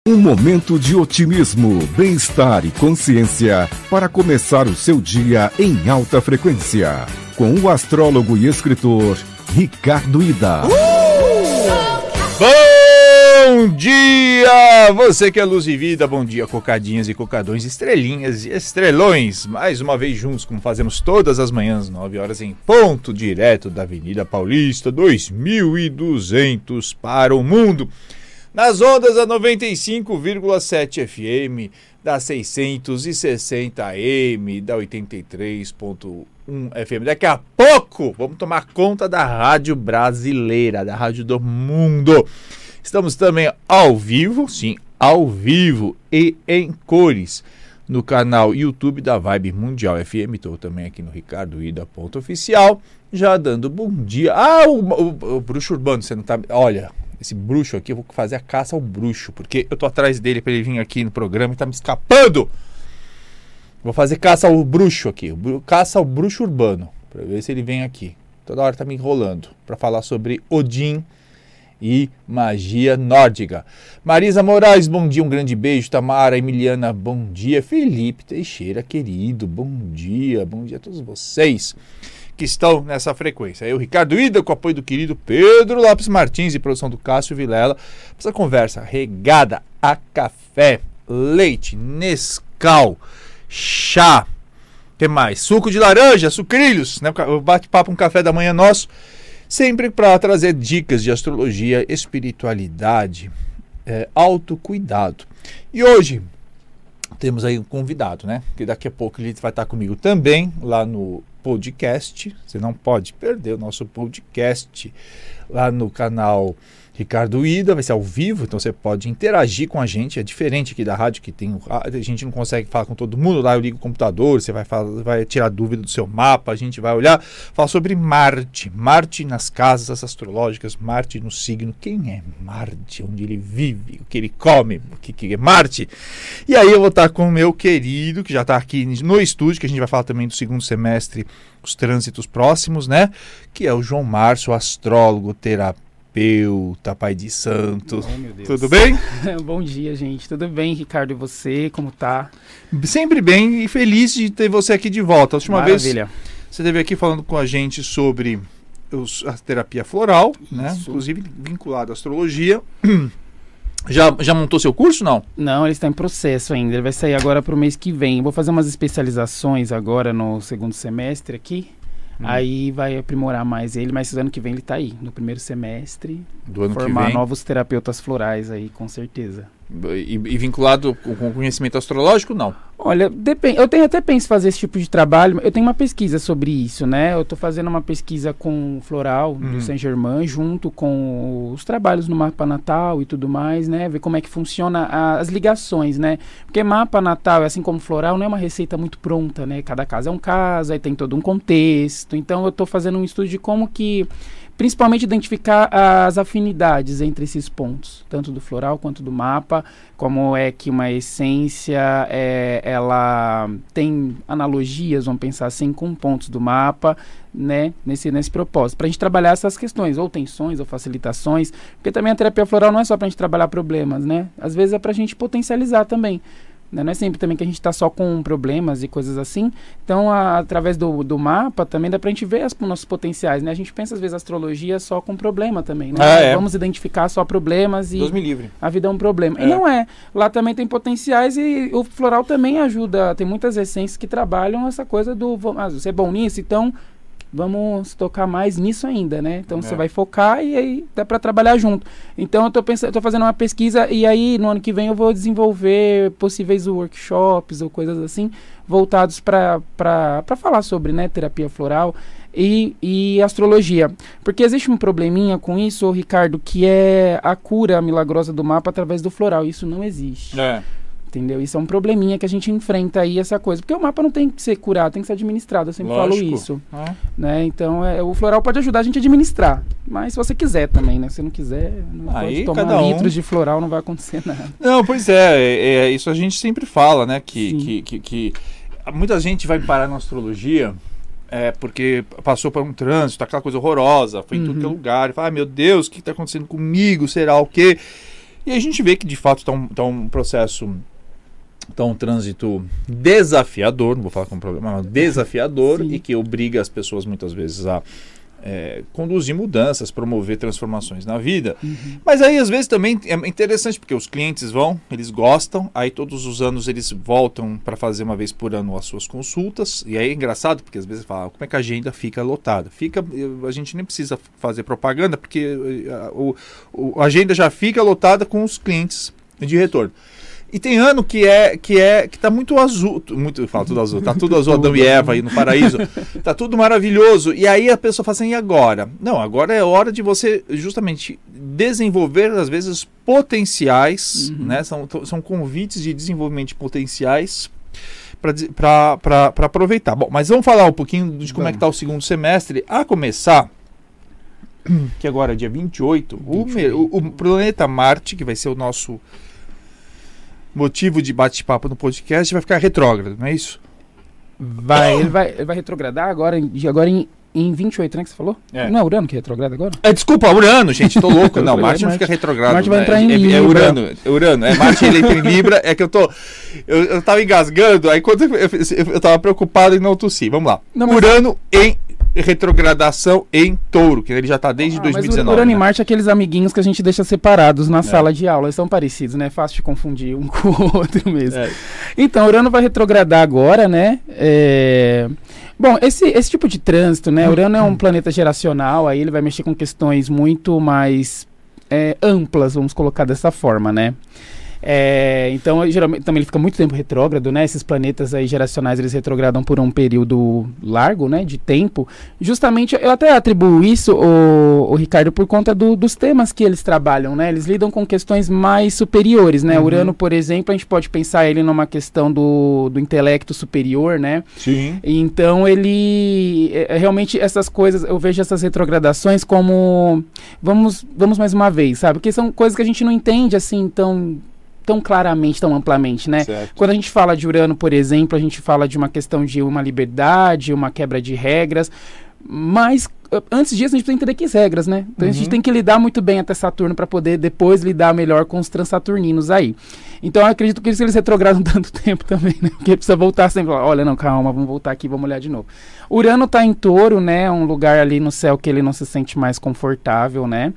Um momento de otimismo, bem-estar e consciência para começar o seu dia em alta frequência. Com o astrólogo e escritor Ricardo Ida. Bom dia! Você que é luz e vida, bom dia, cocadinhas e cocadões, estrelinhas e estrelões. Mais uma vez juntos, como fazemos todas as manhãs, 9 horas em ponto, direto da Avenida Paulista, 2200 para o mundo. Nas ondas da 95,7 FM, da 660 AM, da 83.1 FM. Daqui a pouco vamos tomar conta da rádio brasileira, da rádio do mundo. Estamos também ao vivo, sim, ao vivo e em cores, no canal YouTube da Vibe Mundial FM. Estou também aqui no Ricardo Ida Oficial, já dando bom dia. O bruxo urbano, você não tá... Olha... Esse bruxo aqui, eu vou fazer a caça ao bruxo, porque eu tô atrás dele para ele vir aqui no programa e tá me escapando. Vou fazer caça ao bruxo aqui, caça ao bruxo urbano, para ver se ele vem aqui. Toda hora tá me enrolando para falar sobre Odin e magia nórdica. Marisa Moraes, bom dia, um grande beijo. Tamara Emiliana, bom dia. Felipe Teixeira, querido, bom dia a todos vocês que estão nessa frequência. Eu, Ricardo Ida, com o apoio do querido Pedro Lopes Martins e produção do Cássio Vilela. Essa conversa regada a café, leite, Nescau, chá, que mais? Suco de laranja, sucrilhos, né? O bate-papo, um café da manhã nosso, sempre para trazer dicas de astrologia, espiritualidade, autocuidado. E hoje temos aí um convidado, né? Que daqui a pouco ele vai estar comigo também lá no podcast. Você não pode perder o nosso podcast lá no canal Ricardo Ida, vai ser ao vivo, então você pode interagir com a gente. É diferente aqui da rádio, que a gente não consegue falar com todo mundo. Lá eu ligo o computador, você vai tirar dúvida do seu mapa, a gente vai olhar, falar sobre Marte nas casas astrológicas, Marte no signo, quem é Marte, onde ele vive, o que ele come, o que é Marte. E aí eu vou estar com o meu querido, que já está aqui no estúdio, que a gente vai falar também do segundo semestre, os trânsitos próximos, né? Que é o João Márcio, astrólogo, terapeuta, pai de santo. Oh, meu Deus. Tudo bem? Bom dia, gente. Tudo bem, Ricardo? E você? Como tá? Sempre bem e feliz de ter você aqui de volta. A última Maravilha. vez você esteve aqui falando com a gente sobre a terapia floral, né? Inclusive vinculado à astrologia. Já montou seu curso, não? Não, ele está em processo ainda. Ele vai sair agora para o mês que vem. Eu vou fazer umas especializações agora no segundo semestre aqui. Aí vai aprimorar mais ele, mas ano que vem ele está aí, no primeiro semestre. Do ano que vem. Formar novos terapeutas florais aí, com certeza. E vinculado com conhecimento astrológico, não? Olha, depende. Eu até penso em fazer esse tipo de trabalho. Eu tenho uma pesquisa sobre isso, né? Eu estou fazendo uma pesquisa com o floral do Saint-Germain, junto com os trabalhos no mapa natal e tudo mais, né? Ver como é que funciona as ligações, né? Porque mapa natal, assim como floral, não é uma receita muito pronta, né? Cada caso é um caso, aí tem todo um contexto. Então eu estou fazendo um estudo de como que... Principalmente identificar as afinidades entre esses pontos, tanto do floral quanto do mapa, como é que uma essência, ela tem analogias, vamos pensar assim, com pontos do mapa, né, nesse propósito, para a gente trabalhar essas questões, ou tensões, ou facilitações, porque também a terapia floral não é só para a gente trabalhar problemas, né, às vezes é para a gente potencializar também. Não é sempre também que a gente está só com problemas e coisas assim. Então, através do mapa, também dá para a gente ver os nossos potenciais, né? A gente pensa, às vezes, astrologia só com problema também, né? Vamos identificar só problemas e Deus me livre. A vida é um problema. E não é. Lá também tem potenciais e o floral também ajuda. Tem muitas essências que trabalham essa coisa do... você é bom nisso, então... Vamos tocar mais nisso ainda, né? Então você vai focar e aí dá para trabalhar junto. Então eu tô fazendo uma pesquisa e aí no ano que vem eu vou desenvolver possíveis workshops ou coisas assim voltados para falar sobre, né, terapia floral e astrologia. Porque existe um probleminha com isso, Ricardo, que é a cura milagrosa do mapa através do floral. Isso não existe. Entendeu? Isso é um probleminha que a gente enfrenta aí, essa coisa. Porque o mapa não tem que ser curado, tem que ser administrado. Eu sempre falo isso. Né? Então, o floral pode ajudar a gente a administrar. Mas se você quiser também, né? Se não quiser, não aí, pode tomar litros de floral, não vai acontecer nada. Não, pois isso a gente sempre fala, né? Que muita gente vai parar na astrologia porque passou por um trânsito, aquela coisa horrorosa, foi em tudo que é lugar. E fala, meu Deus, o que está acontecendo comigo? Será o quê? E a gente vê que de fato tá um processo, tá um trânsito desafiador, não vou falar como problema, mas desafiador, e que obriga as pessoas muitas vezes a conduzir mudanças, promover transformações na vida. Mas aí às vezes também é interessante, porque os clientes eles gostam, aí todos os anos eles voltam para fazer uma vez por ano as suas consultas, e aí é engraçado, porque às vezes fala, como é que a agenda fica lotada? A gente nem precisa fazer propaganda, porque a agenda já fica lotada com os clientes de retorno. E tem ano que tá muito azul, fala tudo azul, tá tudo azul, Adão e Eva aí no paraíso, tá tudo maravilhoso, e aí a pessoa fala assim, e agora? Não, agora é hora de você justamente desenvolver, às vezes, potenciais, né? São convites de desenvolvimento potenciais para aproveitar. Bom, mas vamos falar um pouquinho de como é que tá o segundo semestre, a começar, que agora é dia 28, o planeta Marte, que vai ser o nosso motivo de bate-papo no podcast, vai ficar retrógrado, não é isso? Ele vai retrogradar agora em 28, né, que você falou? Não é Urano que retrograda agora? Desculpa, Urano, gente, tô louco. Não, Marte não fica retrogrado. Marte vai entrar em Libra. É Urano. Marte ele entra em Libra, é que eu tava engasgando, aí quando eu tava preocupado em não tossir. Vamos lá. Urano em retrogradação em Touro, que ele já está desde 2019. Mas Urano e Marte é aqueles amiguinhos que a gente deixa separados na sala de aula. Eles são parecidos, né? É fácil de confundir um com o outro mesmo. Então, Urano vai retrogradar agora, né? Bom, esse tipo de trânsito, né? Urano é um planeta geracional, aí ele vai mexer com questões muito mais amplas, vamos colocar dessa forma, né? Então, geralmente, também ele fica muito tempo retrógrado, né? Esses planetas aí geracionais, eles retrogradam por um período largo, né? De tempo. Justamente, eu até atribuo isso, o Ricardo, por conta dos temas que eles trabalham, né? Eles lidam com questões mais superiores, né? Urano, por exemplo, a gente pode pensar ele numa questão do intelecto superior, né? Sim. Então, ele... realmente, essas coisas, eu vejo essas retrogradações como... Vamos mais uma vez, sabe? Porque são coisas que a gente não entende, assim, tão claramente, tão amplamente, né? Certo. Quando a gente fala de Urano, por exemplo, a gente fala de uma questão de uma liberdade, uma quebra de regras, mas antes disso a gente precisa entender que regras, né? Então a gente tem que lidar muito bem até Saturno para poder depois lidar melhor com os transaturninos aí. Então eu acredito que eles retrogradam tanto tempo também, né? Porque precisa voltar sempre, olha, não, calma, vamos voltar aqui, vamos olhar de novo. Urano tá em Touro, né? Um lugar ali no céu que ele não se sente mais confortável, né?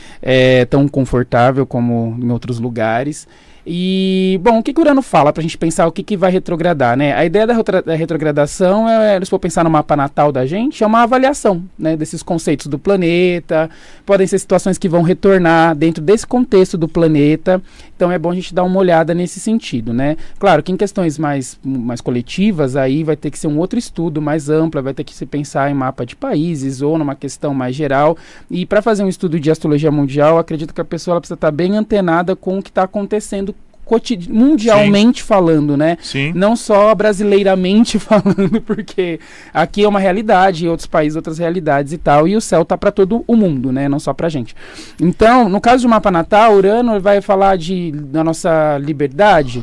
Tão confortável como em outros lugares. E, bom, o que o Urano fala pra gente pensar o que vai retrogradar, né? A ideia da retrogradação se for pensar no mapa natal da gente, é uma avaliação, né, desses conceitos do planeta, podem ser situações que vão retornar dentro desse contexto do planeta, então é bom a gente dar uma olhada nesse sentido, né? Claro que em questões mais coletivas, aí vai ter que ser um outro estudo mais amplo, vai ter que se pensar em mapa de países ou numa questão mais geral, e para fazer um estudo de astrologia mundial, acredito que a pessoa ela precisa estar bem antenada com o que está acontecendo mundialmente falando, né? Sim. Não só brasileiramente falando, porque aqui é uma realidade, em outros países outras realidades e tal, e o céu tá para todo o mundo, né? Não só pra gente. Então, no caso do mapa natal, Urano vai falar da nossa liberdade.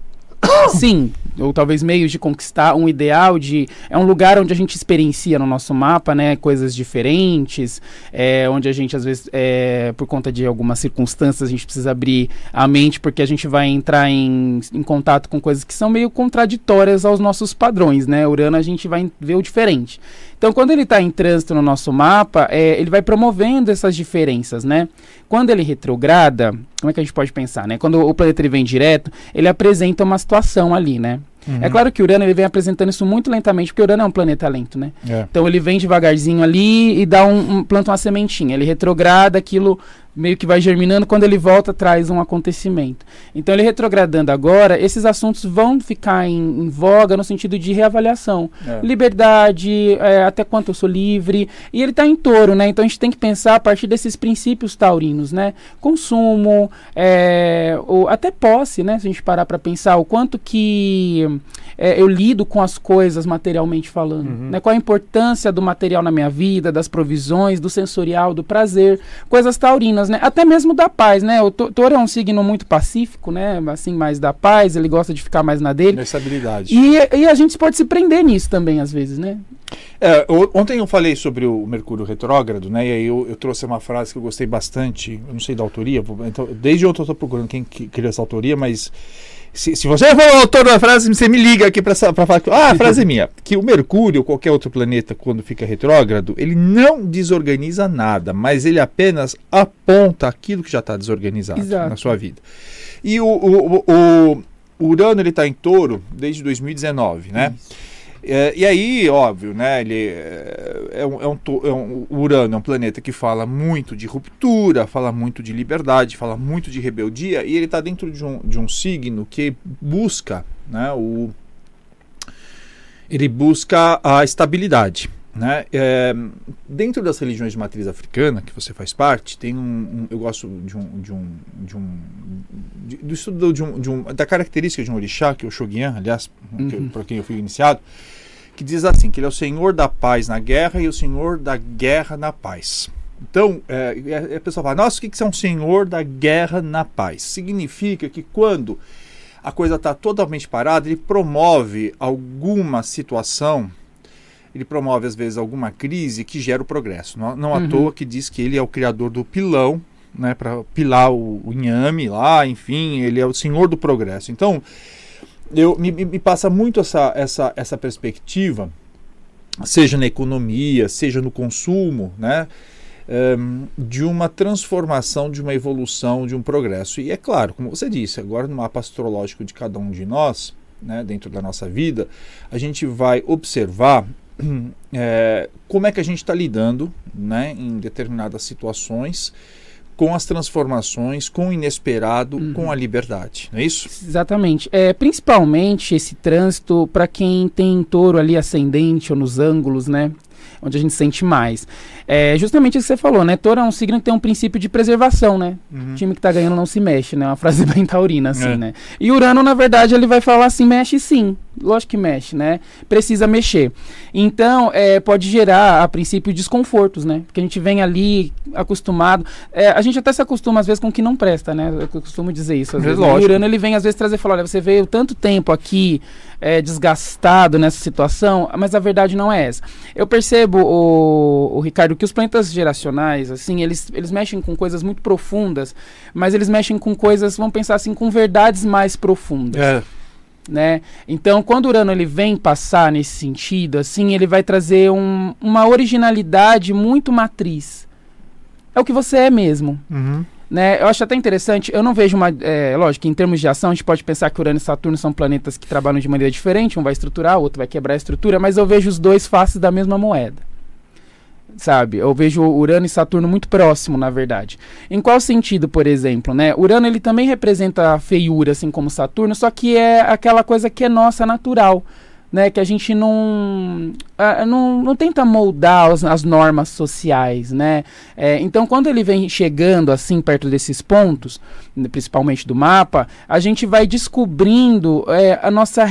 Sim, ou talvez meios de conquistar um ideal é um lugar onde a gente experiencia no nosso mapa, né, coisas diferentes, onde a gente às vezes, por conta de algumas circunstâncias, a gente precisa abrir a mente porque a gente vai entrar em contato com coisas que são meio contraditórias aos nossos padrões, né? Urano a gente vai ver o diferente. Então, quando ele está em trânsito no nosso mapa, ele vai promovendo essas diferenças, né? Quando ele retrograda, como é que a gente pode pensar, né? Quando o planeta ele vem direto, ele apresenta uma situação ali, né? É claro que o Urano ele vem apresentando isso muito lentamente, porque o Urano é um planeta lento, né? Então ele vem devagarzinho ali e planta uma sementinha. Ele retrograda, aquilo meio que vai germinando, quando ele volta traz um acontecimento. Então ele retrogradando agora, esses assuntos vão ficar em voga no sentido de reavaliação. Liberdade, até quanto eu sou livre, e ele está em Touro, né? Então a gente tem que pensar a partir desses princípios taurinos, né? Consumo, até posse, né? Se a gente parar para pensar o quanto que eu lido com as coisas materialmente falando, né? Qual a importância do material na minha vida, das provisões, do sensorial, do prazer, coisas taurinas. internas, né? Até mesmo da paz, né? O touro é um signo muito pacífico, né? Assim, mais da paz, ele gosta de ficar mais na dele. Essa habilidade. E a gente pode se prender nisso também, às vezes, né? Ontem eu falei sobre o Mercúrio retrógrado, né? E aí eu trouxe uma frase que eu gostei bastante, eu não sei da autoria, então, desde ontem eu estou procurando quem criou essa autoria, mas se você for o autor da frase, você me liga aqui para falar que a frase é minha. Que o Mercúrio, ou qualquer outro planeta, quando fica retrógrado, ele não desorganiza nada, mas ele apenas aponta aquilo que já está desorganizado. Exato. Na sua vida. E o Urano, ele está em Touro desde 2019, né? Isso. E aí, óbvio, né, ele o Urano é um planeta que fala muito de ruptura, fala muito de liberdade, fala muito de rebeldia, e ele está dentro de um signo que busca, né, ele busca a estabilidade. Né? Dentro das religiões de matriz africana, que você faz parte, tem eu gosto do estudo da característica de um orixá, que é o Shogyan, aliás, para quem eu fui iniciado, que diz assim, que ele é o senhor da paz na guerra e o senhor da guerra na paz. Então, a pessoa fala, nossa, o que é um senhor da guerra na paz? Significa que quando a coisa está totalmente parada, ele promove alguma situação, ele promove, às vezes, alguma crise que gera o progresso. Não à toa que diz que ele é o criador do pilão, né, para pilar o inhame lá, enfim, ele é o senhor do progresso. Então, me passa muito essa perspectiva, seja na economia, seja no consumo, né, de uma transformação, de uma evolução, de um progresso. E é claro, como você disse, agora no mapa astrológico de cada um de nós, né, dentro da nossa vida, a gente vai observar como é que a gente está lidando, né, em determinadas situações, com as transformações, com o inesperado, com a liberdade, não é isso? Exatamente. Principalmente esse trânsito para quem tem Touro ali ascendente ou nos ângulos, né, onde a gente sente mais. Justamente isso que você falou, né? Touro é um signo que tem um princípio de preservação, né? O time que tá ganhando não se mexe, né? Uma frase bem taurina, assim, né? E Urano, na verdade, ele vai falar assim, mexe sim. Lógico que mexe, né? Precisa mexer. Então, pode gerar, a princípio, desconfortos, né? Porque a gente vem ali acostumado. A gente até se acostuma, às vezes, com o que não presta, né? Eu costumo dizer isso. Às vezes. O Urano, ele vem, às vezes, trazer e falar, olha, você veio tanto tempo aqui desgastado nessa situação, mas a verdade não é essa. Eu percebo, o Ricardo, que os planetas geracionais, assim, eles mexem com coisas muito profundas, mas eles mexem com coisas, vamos pensar assim, com verdades mais profundas. Né? Então, quando o Urano ele vem passar nesse sentido, assim, ele vai trazer uma originalidade muito matriz. É o que você é mesmo. Né? Eu acho até interessante, eu não vejo lógico, em termos de ação, a gente pode pensar que Urano e Saturno são planetas que trabalham de maneira diferente, um vai estruturar, o outro vai quebrar a estrutura, mas eu vejo os dois faces da mesma moeda. Sabe, eu vejo Urano e Saturno muito próximo, na verdade. Em qual sentido, por exemplo, né? Urano, ele também representa a feiura, assim como Saturno, só que é aquela coisa que é nossa, natural, né? Que a gente não tenta moldar as normas sociais, né? Então, quando ele vem chegando, assim, perto desses pontos, principalmente do mapa, a gente vai descobrindo nosso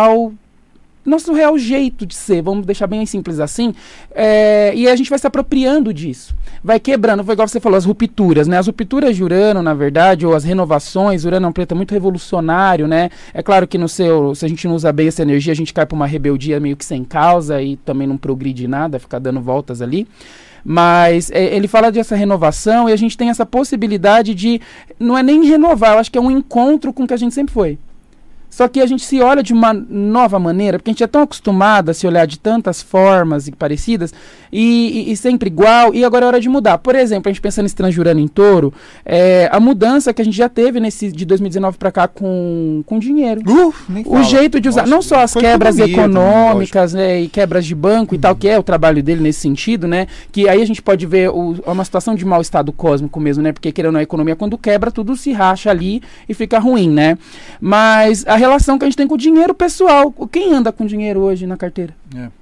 real jeito de ser, vamos deixar bem simples assim, e a gente vai se apropriando disso, vai quebrando, foi igual você falou, as rupturas, né? As rupturas de Urano, na verdade, ou as renovações, Urano é um planeta muito revolucionário, né? É claro que se a gente não usa bem essa energia, a gente cai para uma rebeldia meio que sem causa e também não progride nada, fica dando voltas ali. Mas ele fala dessa renovação e a gente tem essa possibilidade de, não é nem renovar, eu acho que é um encontro com o que a gente sempre foi. Só que a gente se olha de uma nova maneira, porque a gente é tão acostumado a se olhar de tantas formas e parecidas, e sempre igual, e agora é hora de mudar. Por exemplo, a gente pensando nesse Urano em Touro, a mudança que a gente já teve de 2019 para cá com dinheiro. O jeito de usar, nossa, não só as quebras econômicas, né, e quebras de banco e tal, que é o trabalho dele nesse sentido, né, que aí a gente pode ver uma situação de mau estado cósmico mesmo, né, porque querendo a economia, quando quebra, tudo se racha ali e fica ruim, né. Mas a relação que a gente tem com o dinheiro pessoal. Quem anda com dinheiro hoje na carteira?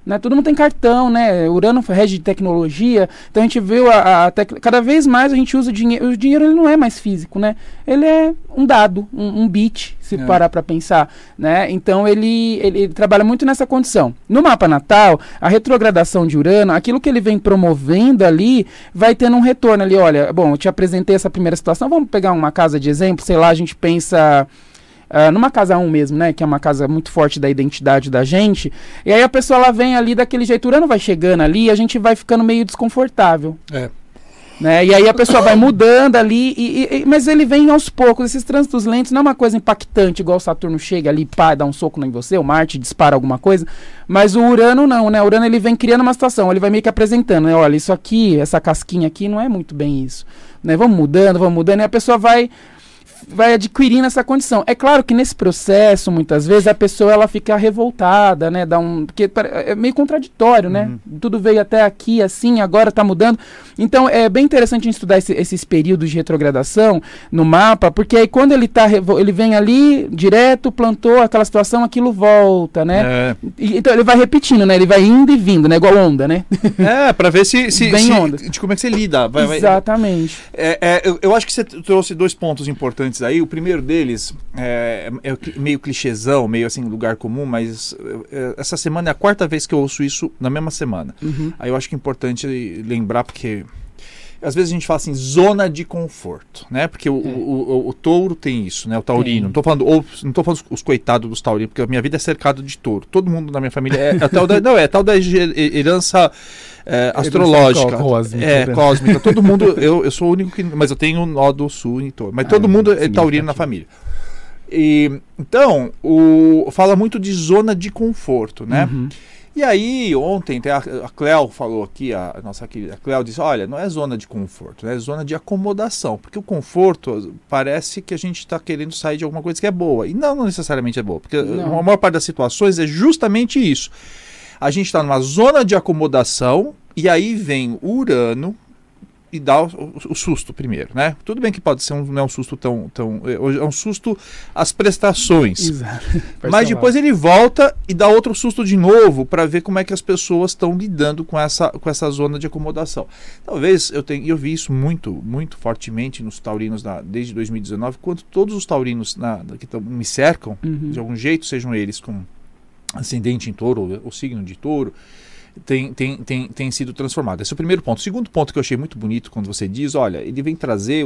né? Todo mundo tem cartão, né? Urano rege de tecnologia, então a gente viu cada vez mais a gente usa o dinheiro ele não é mais físico, né? Ele é um dado, um bit, se parar para pensar, né? Então ele trabalha muito nessa condição. No mapa natal, a retrogradação de Urano, aquilo que ele vem promovendo ali, vai tendo um retorno ali, olha, bom, eu te apresentei essa primeira situação, vamos pegar uma casa de exemplo, sei lá, a gente pensa... numa casa 1 mesmo, né? Que é uma casa muito forte da identidade da gente. E aí a pessoa ela vem ali daquele jeito, o Urano vai chegando ali e a gente vai ficando meio desconfortável. Né? E aí a pessoa vai mudando ali, mas ele vem aos poucos. Esses trânsitos lentos não é uma coisa impactante, igual o Saturno chega ali, pá, dá um soco em você, o Marte dispara alguma coisa. Mas o Urano não, né? O Urano ele vem criando uma situação, ele vai meio que apresentando, né? Olha, isso aqui, essa casquinha aqui não é muito bem isso. Né? Vamos mudando, e a pessoa vai adquirindo essa condição. É claro que nesse processo, muitas vezes, a pessoa ela fica revoltada, né? Porque é meio contraditório, né? Tudo veio até aqui assim, agora está mudando. Então, é bem interessante a gente estudar esses períodos de retrogradação no mapa, porque aí quando ele vem ali, direto, plantou aquela situação, aquilo volta, né? Então, ele vai repetindo, né? Ele vai indo e vindo, né? Igual onda, né? Para ver onda. De como é que você lida. Exatamente. Eu acho que você trouxe 2 pontos importantes aí. O primeiro deles é meio clichêzão, meio assim, lugar comum, mas essa semana é a 4ª vez que eu ouço isso na mesma semana. Aí eu acho que é importante lembrar, porque às vezes a gente fala assim, zona de conforto, né? Porque o touro tem isso, né? O taurino. Não tô falando os coitados dos taurinos, porque a minha vida é cercada de touro. Todo mundo da minha família é tal da herança astrológica. Cósmica. Todo mundo, eu sou o único que... Mas eu tenho nó do sul em touro. Mas todo mundo é taurino na família. Então, fala muito de zona de conforto, né? E aí, ontem, a Cléo falou aqui, a nossa querida Cléo disse, olha, não é zona de conforto, é zona de acomodação, porque o conforto parece que a gente está querendo sair de alguma coisa que é boa, e não necessariamente é boa, porque a maior parte das situações é justamente isso. A gente está numa zona de acomodação, e aí vem o Urano e dá o susto primeiro, né? Tudo bem que pode ser não é um susto tão é um susto às prestações. Exato. Mas depois ele volta e dá outro susto de novo para ver como é que as pessoas estão lidando com essa zona de acomodação. Talvez eu vi isso muito fortemente nos taurinos desde 2019, quando todos os taurinos que me cercam, de algum jeito, sejam eles com ascendente em touro ou signo de touro, tem sido transformado. Esse é o primeiro ponto. O segundo ponto que eu achei muito bonito quando você diz, olha, ele vem trazer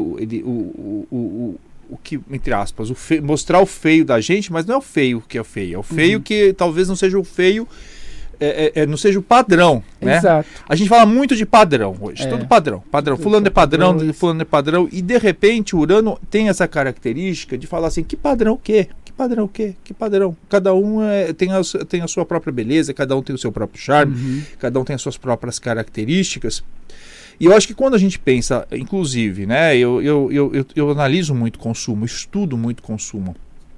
o que, entre aspas, mostrar o feio da gente, mas não é o feio que é feio, é o feio que talvez não seja o feio, não seja o padrão, né? Exato. A gente fala muito de padrão hoje, tudo padrão, fulano é padrão, fulano é padrão, e de repente o Urano tem essa característica de falar assim, que padrão o quê? Padrão o quê? Que padrão? Cada um tem a sua própria beleza, cada um tem o seu próprio charme, cada um tem as suas próprias características. E eu acho que quando a gente pensa, inclusive, né, eu analiso muito consumo, estudo muito consumo.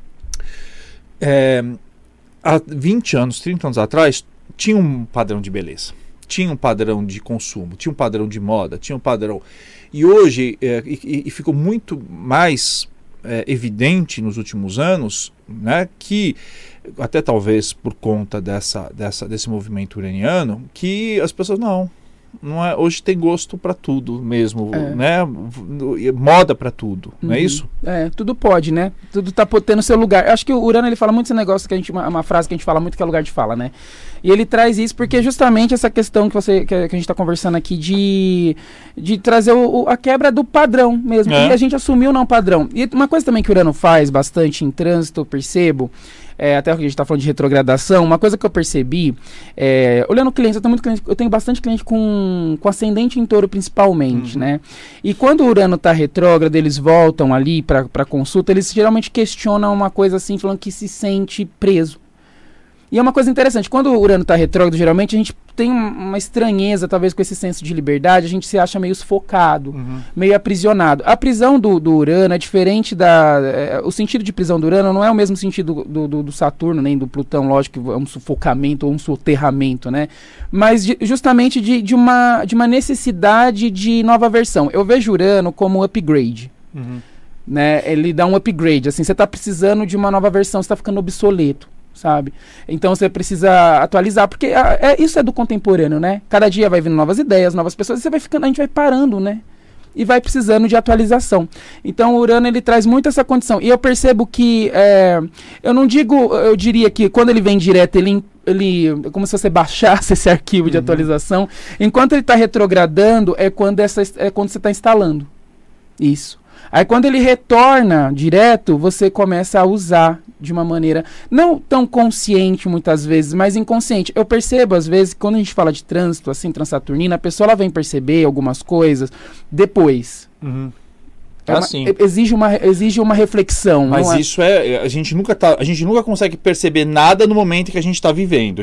Há 20 anos, 30 anos atrás, tinha um padrão de beleza, tinha um padrão de consumo, tinha um padrão de moda, tinha um padrão... E hoje, ficou muito mais... evidente nos últimos anos, né, que até talvez por conta desse movimento uraniano, que as pessoas não é, hoje tem gosto para tudo mesmo, né, moda para tudo, não é isso? Tudo pode, né, tudo tá tendo seu lugar. Eu acho que o Urano ele fala muito esse negócio que uma frase que a gente fala muito, que é lugar de fala, né, e ele traz isso porque justamente essa questão que a gente está conversando aqui de trazer a quebra do padrão mesmo, e a gente assumiu não padrão. E uma coisa também que o Urano faz bastante em trânsito, eu percebo, até que a gente está falando de retrogradação, uma coisa que eu percebi, olhando clientes, eu tenho bastante cliente com ascendente em touro principalmente, né? E quando o Urano está retrógrado, eles voltam ali para consulta, eles geralmente questionam uma coisa assim, falando que se sente preso. E é uma coisa interessante, quando o Urano está retrógrado, geralmente a gente tem uma estranheza, talvez com esse senso de liberdade, a gente se acha meio sufocado, meio aprisionado. A prisão do Urano é diferente o sentido de prisão do Urano não é o mesmo sentido do Saturno, nem do Plutão, lógico que é um sufocamento ou um soterramento, né? Mas justamente de uma necessidade de nova versão. Eu vejo Urano como upgrade. Né? Ele dá um upgrade, assim, você está precisando de uma nova versão, você está ficando obsoleto. sabe? Então você precisa atualizar, porque isso é do contemporâneo, né? Cada dia vai vindo novas ideias, novas pessoas, e você vai ficando, a gente vai parando, né? E vai precisando de atualização. Então o Urano, ele traz muito essa condição. E eu percebo que, eu diria que quando ele vem direto, ele é como se você baixasse esse arquivo de atualização. Enquanto ele está retrogradando, é quando você está instalando. Isso. Aí quando ele retorna direto, você começa a usar de uma maneira não tão consciente muitas vezes, mas inconsciente. Eu percebo às vezes, quando a gente fala de trânsito, assim, transsaturnina, a pessoa ela vem perceber algumas coisas depois. Uhum. Exige uma reflexão. Mas isso a gente nunca consegue perceber nada no momento que a gente está vivendo.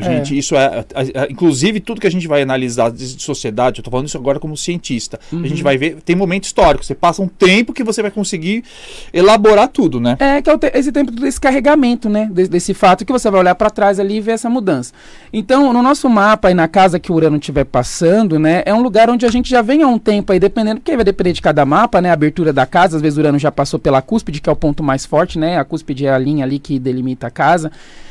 Inclusive tudo que a gente vai analisar de sociedade, eu estou falando isso agora como cientista, a gente vai ver, tem momento histórico, você passa um tempo que você vai conseguir elaborar tudo, né? Que é esse tempo do descarregamento, né? Desse fato que você vai olhar para trás ali e ver essa mudança. Então, no nosso mapa e na casa que o Urano estiver passando, né? É um lugar onde a gente já vem há um tempo aí, dependendo, porque vai depender de cada mapa, né? A abertura da casa, às vezes o Urano já passou pela cúspide, que é o ponto mais forte, né? A cúspide é a linha ali que delimita a casa.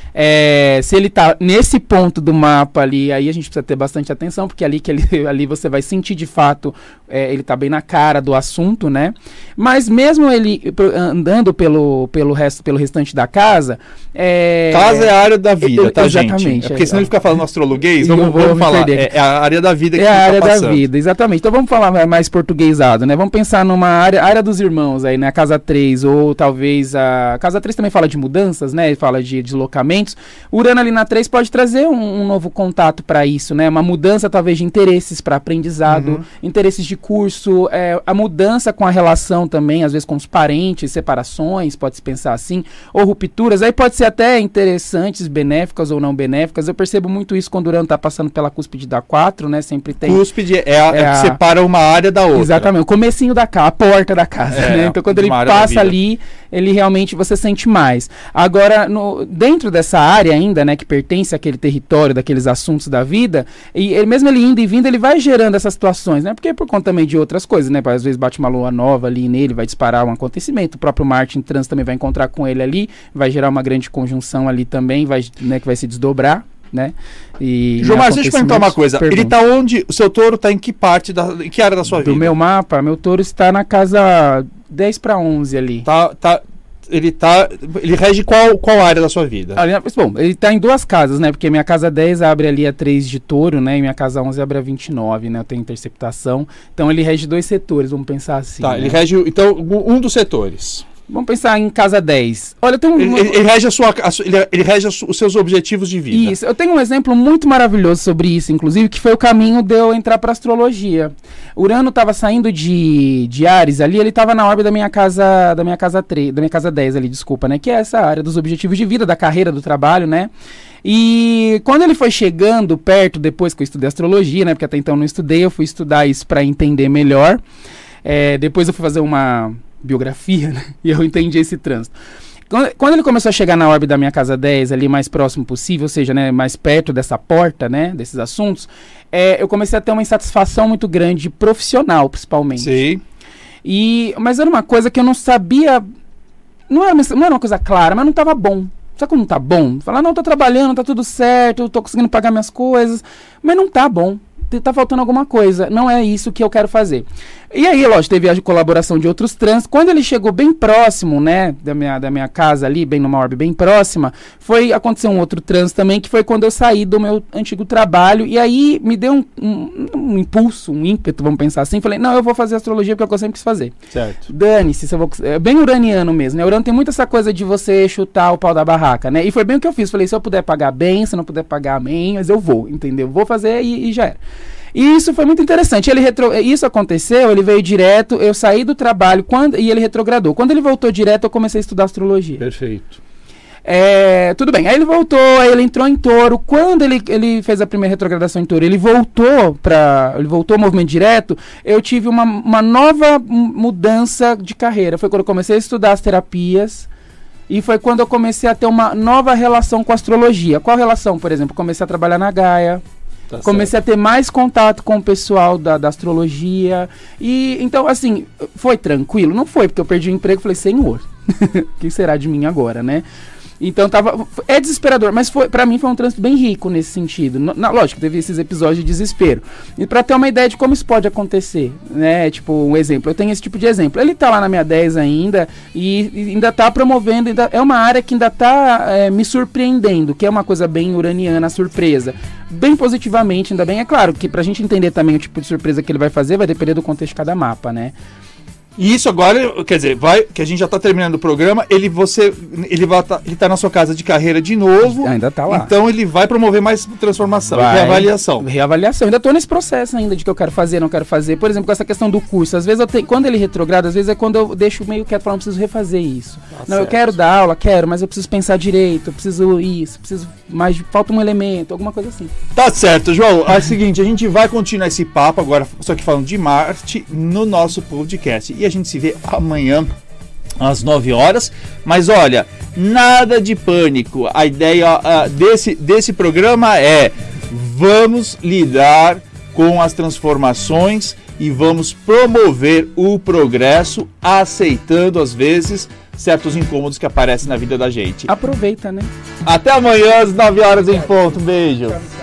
Se ele tá nesse ponto do mapa ali, aí a gente precisa ter bastante atenção, porque ali você vai sentir de fato, ele tá bem na cara do assunto, né? Mas mesmo ele andando pelo restante da casa... Casa é a área da vida, tá, exatamente, gente? Porque senão ele fica falando astrologuês, vamos falar. É a área da vida que é a área da vida, exatamente. Então vamos falar mais portuguesado, né? Vamos pensar numa área dos irmãos aí, né? A casa 3, ou talvez a casa 3 também fala de mudanças, né? Fala de deslocamento. Urano ali na 3 pode trazer um novo contato para isso, né? Uma mudança talvez de interesses para aprendizado, interesses de curso, a mudança com a relação também, às vezes com os parentes, separações, pode-se pensar assim, ou rupturas, aí pode ser até interessantes, benéficas ou não benéficas. Eu percebo muito isso quando o Urano está passando pela cúspide da 4, né? Sempre tem... Cúspide é a que separa uma área da outra. Exatamente, o comecinho da casa, a porta da casa, né? Então quando ele passa ali, ele realmente, você sente mais. Agora, dentro dessa área ainda, né, que pertence àquele território, daqueles assuntos da vida, e mesmo ele indo e vindo, ele vai gerando essas situações, né, porque por conta também de outras coisas, né, às vezes bate uma lua nova ali nele, vai disparar um acontecimento, o próprio Marte em trânsito também vai encontrar com ele ali, vai gerar uma grande conjunção ali também, que vai se desdobrar, né. João Márcio, deixa eu perguntar uma coisa, ele tá onde, o seu touro tá em que parte, em que área da sua vida? Do meu mapa, meu touro está na casa 10 para 11 ali. Ele rege qual área da sua vida? Bom, ele está em duas casas, né? Porque minha casa 10 abre ali a 3 de touro, né? E minha casa 11 abre a 29, né? Eu tenho interceptação. Então ele rege 2 setores, vamos pensar assim. Tá, né? Ele rege, então, um dos setores. Vamos pensar em casa 10. Olha, eu tenho ele rege os seus objetivos de vida. Isso, eu tenho um exemplo muito maravilhoso sobre isso, inclusive, que foi o caminho de eu entrar para astrologia. Urano estava saindo de Áries ali, ele estava na órbita da minha casa 10 ali, desculpa, né? Que é essa área dos objetivos de vida, da carreira, do trabalho, né? E quando ele foi chegando perto, depois que eu estudei astrologia, né? Porque até então eu não estudei, eu fui estudar isso para entender melhor. Depois eu fui fazer uma biografia, né? E eu entendi esse trânsito. Quando ele começou a chegar na órbita da minha casa 10, ali mais próximo possível, ou seja, né, mais perto dessa porta, né, desses assuntos, eu comecei a ter uma insatisfação muito grande, profissional, principalmente. Sim. Mas era uma coisa que eu não sabia, não era uma coisa clara, mas não estava bom. Sabe quando não tá bom? Falar, não, tô trabalhando, tá tudo certo, tô conseguindo pagar minhas coisas, mas não tá bom. Tá faltando alguma coisa, não é isso que eu quero fazer. E aí, lógico, teve a colaboração de outros trânsitos. Quando ele chegou bem próximo, né, da minha casa ali, bem numa orbe bem próxima, aconteceu um outro trânsito também, que foi quando eu saí do meu antigo trabalho, e aí me deu um impulso, um ímpeto, vamos pensar assim, falei, não, eu vou fazer astrologia porque é o que eu sempre quis fazer. Certo. Dane-se, é bem uraniano mesmo, né, Urano tem muito essa coisa de você chutar o pau da barraca, né, e foi bem o que eu fiz, falei, se eu puder pagar bem, se não puder pagar amém, mas eu vou, entendeu, vou fazer e já era. E isso foi muito interessante. Isso aconteceu, ele veio direto, eu saí do trabalho e ele retrogradou. Quando ele voltou direto, eu comecei a estudar astrologia. Perfeito. Tudo bem, aí ele voltou, aí ele entrou em touro. Quando ele fez a primeira retrogradação em touro, ele voltou ao movimento direto, eu tive uma nova mudança de carreira. Foi quando eu comecei a estudar as terapias. E foi quando eu comecei a ter uma nova relação com a astrologia. Qual relação, por exemplo? Eu comecei a trabalhar na Gaia. Comecei a ter mais contato com o pessoal da astrologia. E então, assim, foi tranquilo? Não foi, porque eu perdi o emprego e falei, Senhor, o que será de mim agora, né? Então é desesperador, mas pra mim foi um trânsito bem rico nesse sentido. Lógico, teve esses episódios de desespero. E pra ter uma ideia de como isso pode acontecer, né? Tipo, um exemplo, eu tenho esse tipo de exemplo. Ele tá lá na minha 10 ainda e ainda tá promovendo, é uma área que ainda tá me surpreendendo, que é uma coisa bem uraniana, surpresa. Bem positivamente, ainda bem. É claro que pra gente entender também o tipo de surpresa que ele vai fazer, vai depender do contexto de cada mapa, né? E isso agora, quer dizer, que a gente já está terminando o programa, ele tá na sua casa de carreira de novo. Ainda tá lá. Então ele vai promover mais transformação, reavaliação. Reavaliação. Ainda estou nesse processo ainda de que eu quero fazer, não quero fazer. Por exemplo, com essa questão do curso. Às vezes quando ele retrograda, às vezes é quando eu deixo meio quieto, falando, preciso refazer isso. Não, certo. Eu quero dar aula, mas eu preciso pensar direito, eu preciso isso, falta um elemento, alguma coisa assim. Tá certo, João. É o seguinte, a gente vai continuar esse papo agora, só que falando de Marte, no nosso podcast. E a gente se vê amanhã às 9 horas. Mas olha, nada de pânico. A ideia desse programa é: vamos lidar com as transformações e vamos promover o progresso, aceitando às vezes certos incômodos que aparecem na vida da gente. Aproveita, né? Até amanhã às 9 horas em ponto. Beijo.